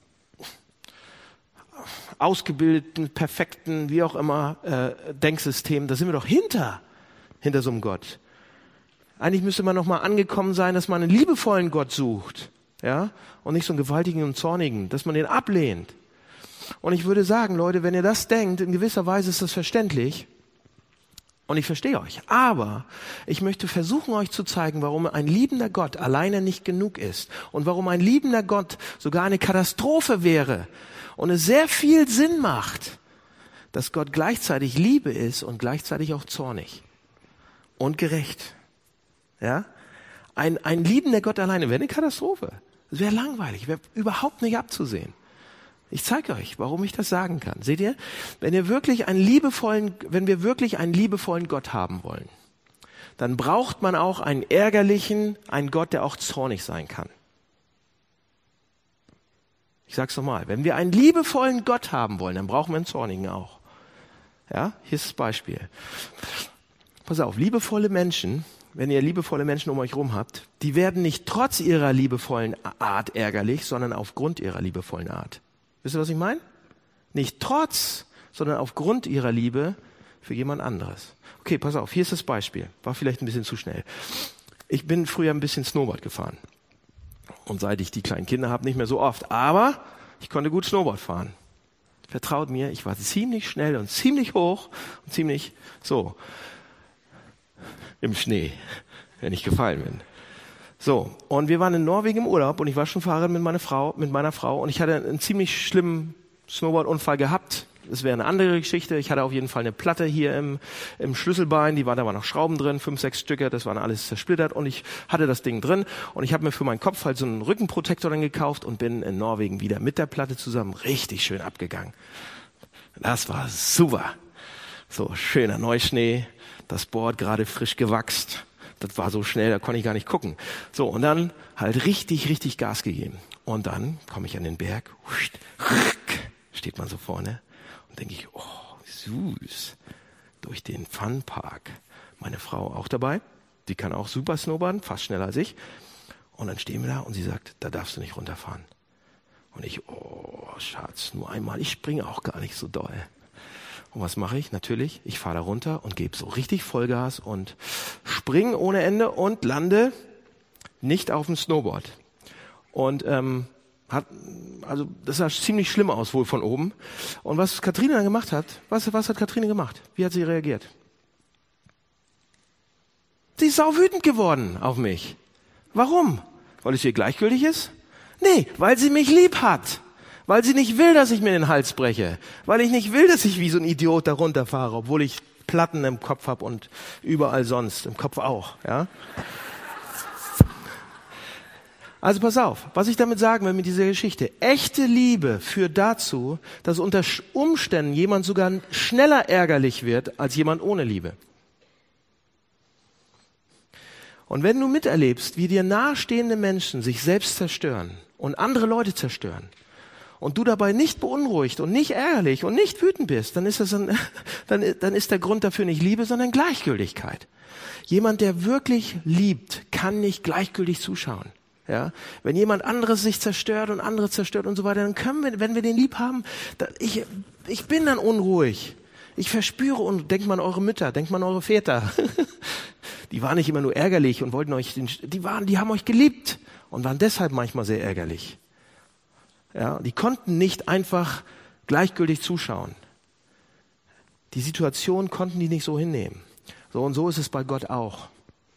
ausgebildeten, perfekten, wie auch immer, Denksystem, da sind wir doch hinter so einem Gott. Eigentlich müsste man noch mal angekommen sein, dass man einen liebevollen Gott sucht, ja, und nicht so einen gewaltigen und zornigen, dass man den ablehnt. Und ich würde sagen, Leute, wenn ihr das denkt, in gewisser Weise ist das verständlich. Und ich verstehe euch. Aber ich möchte versuchen, euch zu zeigen, warum ein liebender Gott alleine nicht genug ist. Und warum ein liebender Gott sogar eine Katastrophe wäre. Und es sehr viel Sinn macht, dass Gott gleichzeitig Liebe ist und gleichzeitig auch zornig. Und gerecht. Ja? Ein liebender Gott alleine wäre eine Katastrophe. Es wäre langweilig, wäre überhaupt nicht abzusehen. Ich zeige euch, warum ich das sagen kann. Seht ihr? Wenn wir wirklich einen liebevollen Gott haben wollen, dann braucht man auch einen einen Gott, der auch zornig sein kann. Ich sag's nochmal. Wenn wir einen liebevollen Gott haben wollen, dann brauchen wir einen zornigen auch. Ja? Hier ist das Beispiel. Pass auf, liebevolle Menschen, wenn ihr liebevolle Menschen um euch rum habt, die werden nicht trotz ihrer liebevollen Art ärgerlich, sondern aufgrund ihrer liebevollen Art. Wisst ihr, was ich meine? Nicht trotz, sondern aufgrund ihrer Liebe für jemand anderes. Okay, pass auf, hier ist das Beispiel. War vielleicht ein bisschen zu schnell. Ich bin früher ein bisschen Snowboard gefahren. Und seit ich die kleinen Kinder habe, nicht mehr so oft. Aber ich konnte gut Snowboard fahren. Vertraut mir, ich war ziemlich schnell und ziemlich hoch und ziemlich so im Schnee, wenn ich gefallen bin. So, und wir waren in Norwegen im Urlaub und ich war schon Fahrer mit meiner Frau und ich hatte einen ziemlich schlimmen Snowboard-Unfall gehabt. Das wäre eine andere Geschichte. Ich hatte auf jeden Fall eine Platte hier im Schlüsselbein, da waren noch Schrauben drin, 5, 6 Stücke, das waren alles zersplittert und ich hatte das Ding drin und ich habe mir für meinen Kopf halt so einen Rückenprotektor dann gekauft und bin in Norwegen wieder mit der Platte zusammen richtig schön abgegangen. Das war super. So, schöner Neuschnee, das Board gerade frisch gewachst. Das war so schnell, da konnte ich gar nicht gucken. So, und dann halt richtig Gas gegeben. Und dann komme ich an den Berg, steht man so vorne und denke ich, oh, süß, durch den Funpark. Meine Frau auch dabei, die kann auch super snowboarden, fast schneller als ich. Und dann stehen wir da und sie sagt, da darfst du nicht runterfahren. Und ich, oh Schatz, nur einmal, ich springe auch gar nicht so doll. Und was mache ich? Natürlich, ich fahre da runter und gebe so richtig Vollgas und springe ohne Ende und lande nicht auf dem Snowboard. Und das sah ziemlich schlimm aus, wohl von oben. Und was Kathrine dann gemacht hat, was hat Kathrine gemacht? Wie hat sie reagiert? Sie ist sauwütend geworden auf mich. Warum? Weil es ihr gleichgültig ist? Nee, weil sie mich lieb hat. Weil sie nicht will, dass ich mir den Hals breche. Weil ich nicht will, dass ich wie so ein Idiot da runterfahre, obwohl ich Platten im Kopf habe und überall sonst, im Kopf auch. Ja? Also pass auf, was ich damit sagen will mit dieser Geschichte. Echte Liebe führt dazu, dass unter Umständen jemand sogar schneller ärgerlich wird als jemand ohne Liebe. Und wenn du miterlebst, wie dir nahestehende Menschen sich selbst zerstören und andere Leute zerstören und du dabei nicht beunruhigt und nicht ärgerlich und nicht wütend bist, dann ist der Grund dafür nicht Liebe, sondern Gleichgültigkeit. Jemand, der wirklich liebt, kann nicht gleichgültig zuschauen. Ja, wenn jemand anderes sich zerstört und andere zerstört und so weiter, dann können wir, wenn wir den lieb haben, ich bin dann unruhig. Ich verspüre und denkt man eure Mütter, denkt man eure Väter. Die waren nicht immer nur ärgerlich und wollten euch, die haben euch geliebt und waren deshalb manchmal sehr ärgerlich. Ja, die konnten nicht einfach gleichgültig zuschauen. Die Situation konnten die nicht so hinnehmen. So und so ist es bei Gott auch.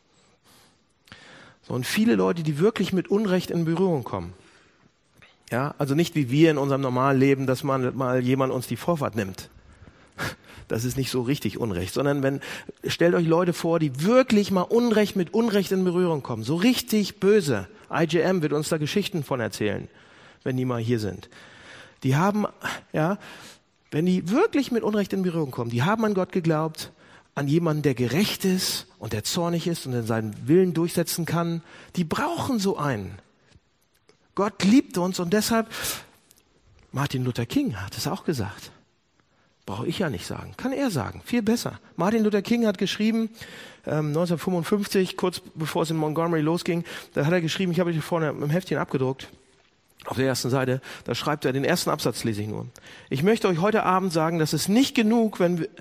So, und viele Leute, die wirklich mit Unrecht in Berührung kommen. Ja, also nicht wie wir in unserem normalen Leben, dass mal jemand uns die Vorfahrt nimmt. Das ist nicht so richtig Unrecht, sondern stellt euch Leute vor, die wirklich mal mit Unrecht in Berührung kommen. So richtig böse. IJM wird uns da Geschichten von erzählen, wenn die mal hier sind. Die haben, ja, wenn die wirklich mit Unrecht in Berührung kommen, die haben an Gott geglaubt, an jemanden, der gerecht ist und der zornig ist und der seinen Willen durchsetzen kann. Die brauchen so einen. Gott liebt uns und deshalb, Martin Luther King hat es auch gesagt. Brauche ich ja nicht sagen. Kann er sagen. Viel besser. Martin Luther King hat geschrieben, 1955, kurz bevor es in Montgomery losging, da hat er geschrieben, ich habe hier vorne im Heftchen abgedruckt, auf der ersten Seite, da schreibt er, den ersten Absatz lese ich nur. Ich möchte euch heute Abend sagen, dass es nicht genügt,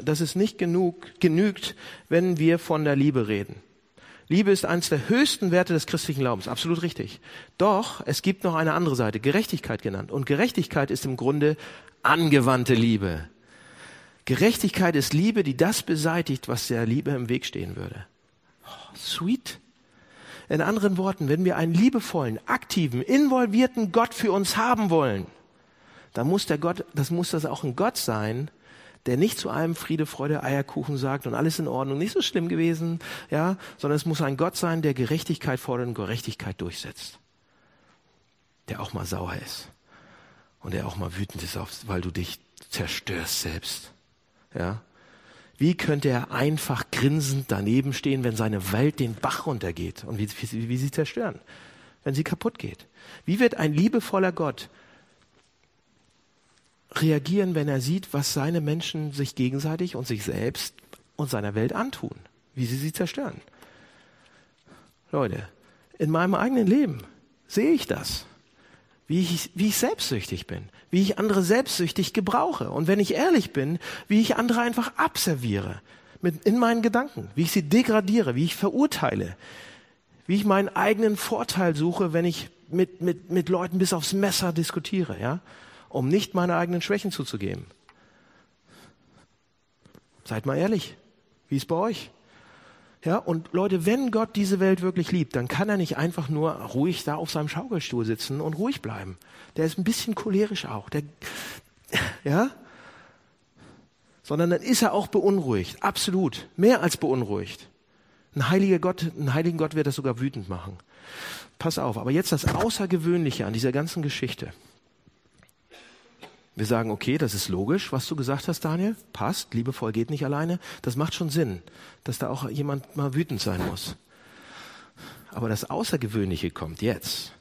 wenn wir von der Liebe reden. Liebe ist eines der höchsten Werte des christlichen Glaubens. Absolut richtig. Doch, es gibt noch eine andere Seite, Gerechtigkeit genannt. Und Gerechtigkeit ist im Grunde angewandte Liebe. Gerechtigkeit ist Liebe, die das beseitigt, was der Liebe im Weg stehen würde. Oh, sweet. In anderen Worten, wenn wir einen liebevollen, aktiven, involvierten Gott für uns haben wollen, dann muss das auch ein Gott sein, der nicht zu einem Friede, Freude, Eierkuchen sagt und alles in Ordnung, nicht so schlimm gewesen, ja, sondern es muss ein Gott sein, der Gerechtigkeit fordert und Gerechtigkeit durchsetzt. Der auch mal sauer ist und der auch mal wütend ist, weil du dich zerstörst selbst. Ja, wie könnte er einfach grinsend daneben stehen, wenn seine Welt den Bach runtergeht und wie sie zerstören, wenn sie kaputt geht? Wie wird ein liebevoller Gott reagieren, wenn er sieht, was seine Menschen sich gegenseitig und sich selbst und seiner Welt antun, wie sie zerstören? Leute, in meinem eigenen Leben sehe ich das. Wie ich selbstsüchtig bin, wie ich andere selbstsüchtig gebrauche und wenn ich ehrlich bin, wie ich andere einfach abserviere in meinen Gedanken, wie ich sie degradiere, wie ich verurteile, wie ich meinen eigenen Vorteil suche, wenn ich mit Leuten bis aufs Messer diskutiere, ja, um nicht meine eigenen Schwächen zuzugeben. Seid mal ehrlich, wie ist es bei euch? Ja, und Leute, wenn Gott diese Welt wirklich liebt, dann kann er nicht einfach nur ruhig da auf seinem Schaukelstuhl sitzen und ruhig bleiben. Der ist ein bisschen cholerisch auch. Ja? Sondern dann ist er auch beunruhigt. Absolut. Mehr als beunruhigt. Ein heiligen Gott wird das sogar wütend machen. Pass auf. Aber jetzt das Außergewöhnliche an dieser ganzen Geschichte. Wir sagen, okay, das ist logisch, was du gesagt hast, Daniel. Passt, liebevoll geht nicht alleine. Das macht schon Sinn, dass da auch jemand mal wütend sein muss. Aber das Außergewöhnliche kommt jetzt.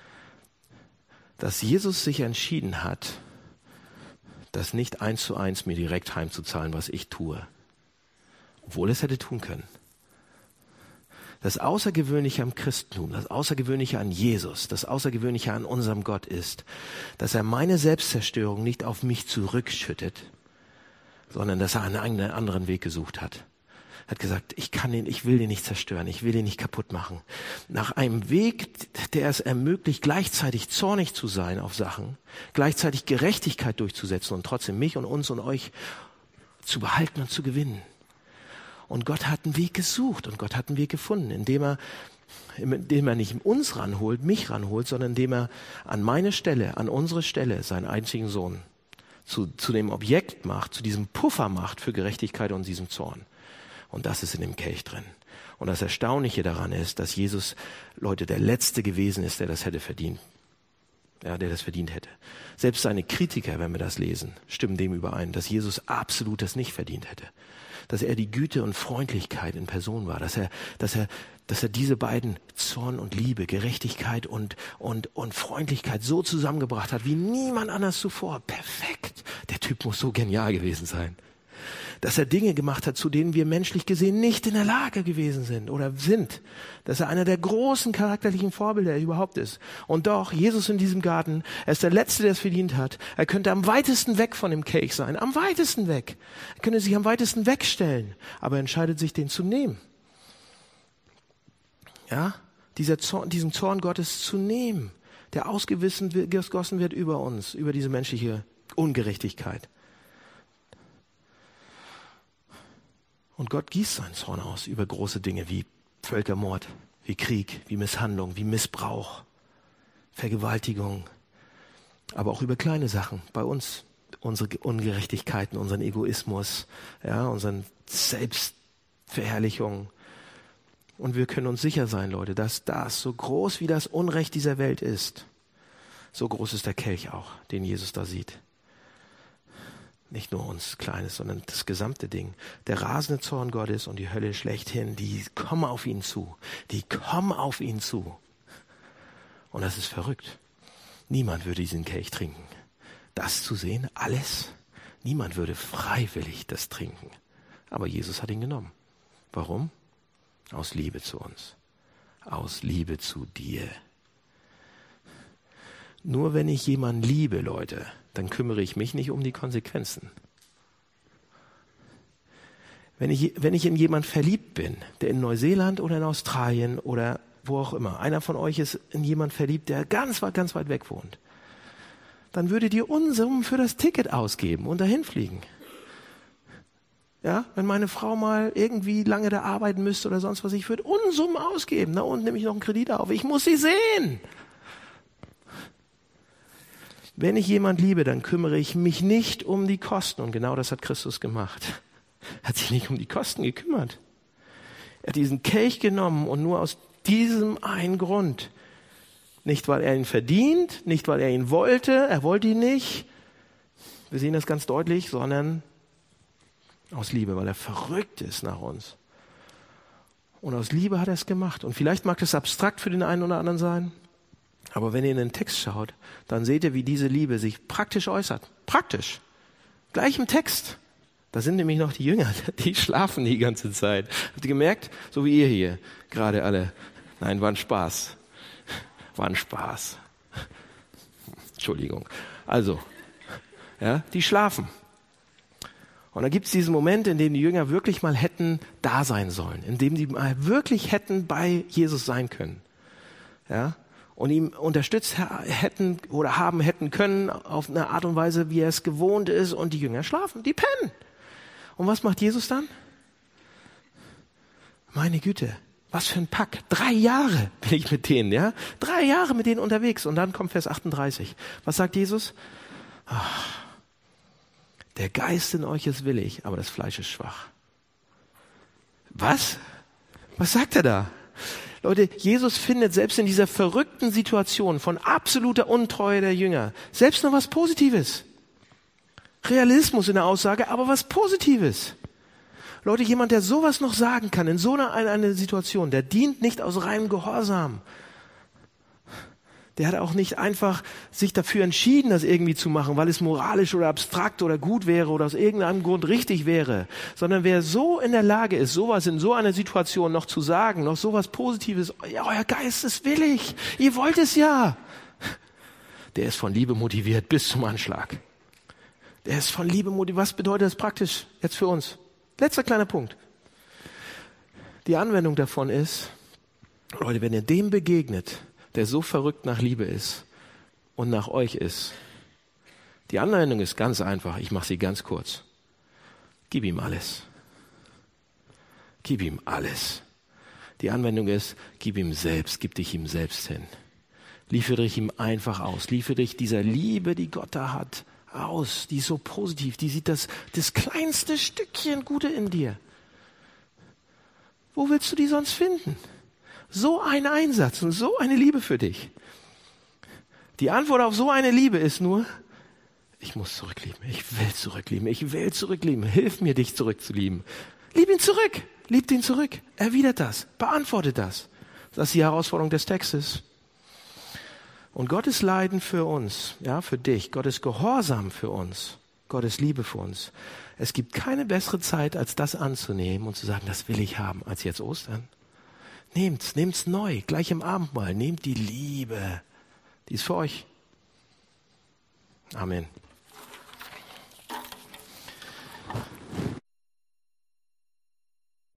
Dass Jesus sich entschieden hat, das nicht 1:1 mir direkt heimzuzahlen, was ich tue. Obwohl er es hätte tun können. Das Außergewöhnliche am Christentum, das Außergewöhnliche an Jesus, das Außergewöhnliche an unserem Gott ist, dass er meine Selbstzerstörung nicht auf mich zurückschüttet, sondern dass er einen anderen Weg gesucht hat. Er hat gesagt, ich will den nicht zerstören, ich will den nicht kaputt machen. Nach einem Weg, der es ermöglicht, gleichzeitig zornig zu sein auf Sachen, gleichzeitig Gerechtigkeit durchzusetzen und trotzdem mich und uns und euch zu behalten und zu gewinnen. Und Gott hat einen Weg gesucht und Gott hat einen Weg gefunden, indem er nicht uns ranholt, mich ranholt, sondern indem er an meine Stelle, an unsere Stelle seinen einzigen Sohn zu dem Objekt macht, zu diesem Puffer macht für Gerechtigkeit und diesem Zorn. Und das ist in dem Kelch drin. Und das Erstaunliche daran ist, dass Jesus, Leute, der Letzte gewesen ist, der das hätte verdient. Ja, der das verdient hätte. Selbst seine Kritiker, wenn wir das lesen, stimmen dem überein, dass Jesus absolut das nicht verdient hätte. Dass er die Güte und Freundlichkeit in Person war. Dass er diese beiden, Zorn und Liebe, Gerechtigkeit und Freundlichkeit so zusammengebracht hat, wie niemand anders zuvor. Perfekt. Der Typ muss so genial gewesen sein. Dass er Dinge gemacht hat, zu denen wir menschlich gesehen nicht in der Lage gewesen sind oder sind. Dass er einer der großen charakterlichen Vorbilder überhaupt ist. Und doch, Jesus in diesem Garten, er ist der Letzte, der es verdient hat. Er könnte am weitesten weg von dem Kelch sein, am weitesten weg. Er könnte sich am weitesten wegstellen, aber er entscheidet sich, den zu nehmen. Ja, diesen Zorn Gottes zu nehmen, der ausgegossen wird über uns, über diese menschliche Ungerechtigkeit. Und Gott gießt seinen Zorn aus über große Dinge wie Völkermord, wie Krieg, wie Misshandlung, wie Missbrauch, Vergewaltigung, aber auch über kleine Sachen bei uns, unsere Ungerechtigkeiten, unseren Egoismus, ja, unseren Selbstverherrlichung. Und wir können uns sicher sein, Leute, dass das, so groß wie das Unrecht dieser Welt ist, so groß ist der Kelch auch, den Jesus da sieht. Nicht nur uns Kleines, sondern das gesamte Ding. Der rasende Zorn Gottes und die Hölle schlechthin, die kommen auf ihn zu. Die kommen auf ihn zu. Und das ist verrückt. Niemand würde diesen Kelch trinken. Das zu sehen, alles, niemand würde freiwillig das trinken. Aber Jesus hat ihn genommen. Warum? Aus Liebe zu uns. Aus Liebe zu dir. Nur wenn ich jemanden liebe, Leute, dann kümmere ich mich nicht um die Konsequenzen. Wenn ich in jemanden verliebt bin, der in Neuseeland oder in Australien oder wo auch immer, einer von euch ist in jemanden verliebt, der ganz weit weg wohnt, dann würdet ihr Unsummen für das Ticket ausgeben und dahin fliegen. Ja, wenn meine Frau mal irgendwie lange da arbeiten müsste oder sonst was, ich würde Unsummen ausgeben. Na, und nehme ich noch einen Kredit auf. Ich muss sie sehen. Wenn ich jemand liebe, dann kümmere ich mich nicht um die Kosten. Und genau das hat Christus gemacht. Er hat sich nicht um die Kosten gekümmert. Er hat diesen Kelch genommen und nur aus diesem einen Grund. Nicht, weil er ihn verdient, nicht, weil er ihn wollte, er wollte ihn nicht. Wir sehen das ganz deutlich, sondern aus Liebe, weil er verrückt ist nach uns. Und aus Liebe hat er es gemacht. Und vielleicht mag das abstrakt für den einen oder anderen sein. Aber wenn ihr in den Text schaut, dann seht ihr, wie diese Liebe sich praktisch äußert. Praktisch. Gleich im Text. Da sind nämlich noch die Jünger, die schlafen die ganze Zeit. Habt ihr gemerkt? So wie ihr hier gerade alle. Nein, war ein Spaß. War ein Spaß. Entschuldigung. Also, ja, die schlafen. Und dann gibt es diesen Moment, in dem die Jünger wirklich mal hätten da sein sollen. In dem die mal wirklich hätten bei Jesus sein können. Ja? Und ihm unterstützt hätten oder hätten können auf eine Art und Weise, wie er es gewohnt ist. Und die Jünger schlafen, die pennen. Und was macht Jesus dann? Meine Güte, was für ein Pack. 3 Jahre bin ich mit denen, ja? 3 Jahre mit denen unterwegs. Und dann kommt Vers 38. Was sagt Jesus? Der Geist in euch ist willig, aber das Fleisch ist schwach. Was? Was sagt er da? Leute, Jesus findet selbst in dieser verrückten Situation von absoluter Untreue der Jünger selbst noch was Positives. Realismus in der Aussage, aber was Positives. Leute, jemand, der sowas noch sagen kann in so einer Situation, der dient nicht aus reinem Gehorsam. Der hat auch nicht einfach sich dafür entschieden, das irgendwie zu machen, weil es moralisch oder abstrakt oder gut wäre oder aus irgendeinem Grund richtig wäre, sondern wer so in der Lage ist, sowas in so einer Situation noch zu sagen, noch sowas Positives, ja, euer Geist ist willig, ihr wollt es ja, der ist von Liebe motiviert bis zum Anschlag. Der ist von Liebe motiviert. Was bedeutet das praktisch jetzt für uns? Letzter kleiner Punkt. Die Anwendung davon ist, Leute, wenn ihr dem begegnet, der so verrückt nach Liebe ist und nach euch ist. Die Anwendung ist ganz einfach, ich mache sie ganz kurz. Gib ihm alles. Gib ihm alles. Die Anwendung ist, gib ihm selbst, gib dich ihm selbst hin. Liefere dich ihm einfach aus. Liefere dich dieser Liebe, die Gott da hat, aus. Die ist so positiv, die sieht das kleinste Stückchen Gute in dir. Wo willst du die sonst finden? So ein Einsatz und so eine Liebe für dich. Die Antwort auf so eine Liebe ist nur, ich muss zurücklieben, ich will zurücklieben, ich will zurücklieben. Hilf mir, dich zurückzulieben. Lieb ihn zurück, liebt ihn zurück. Erwidert das, beantwortet das. Das ist die Herausforderung des Textes. Und Gottes Leiden für uns, ja, für dich, Gottes Gehorsam für uns, Gottes Liebe für uns. Es gibt keine bessere Zeit, als das anzunehmen und zu sagen, das will ich haben, als jetzt Ostern. Nehmt's neu, gleich im Abendmahl. Nehmt die Liebe, die ist für euch. Amen.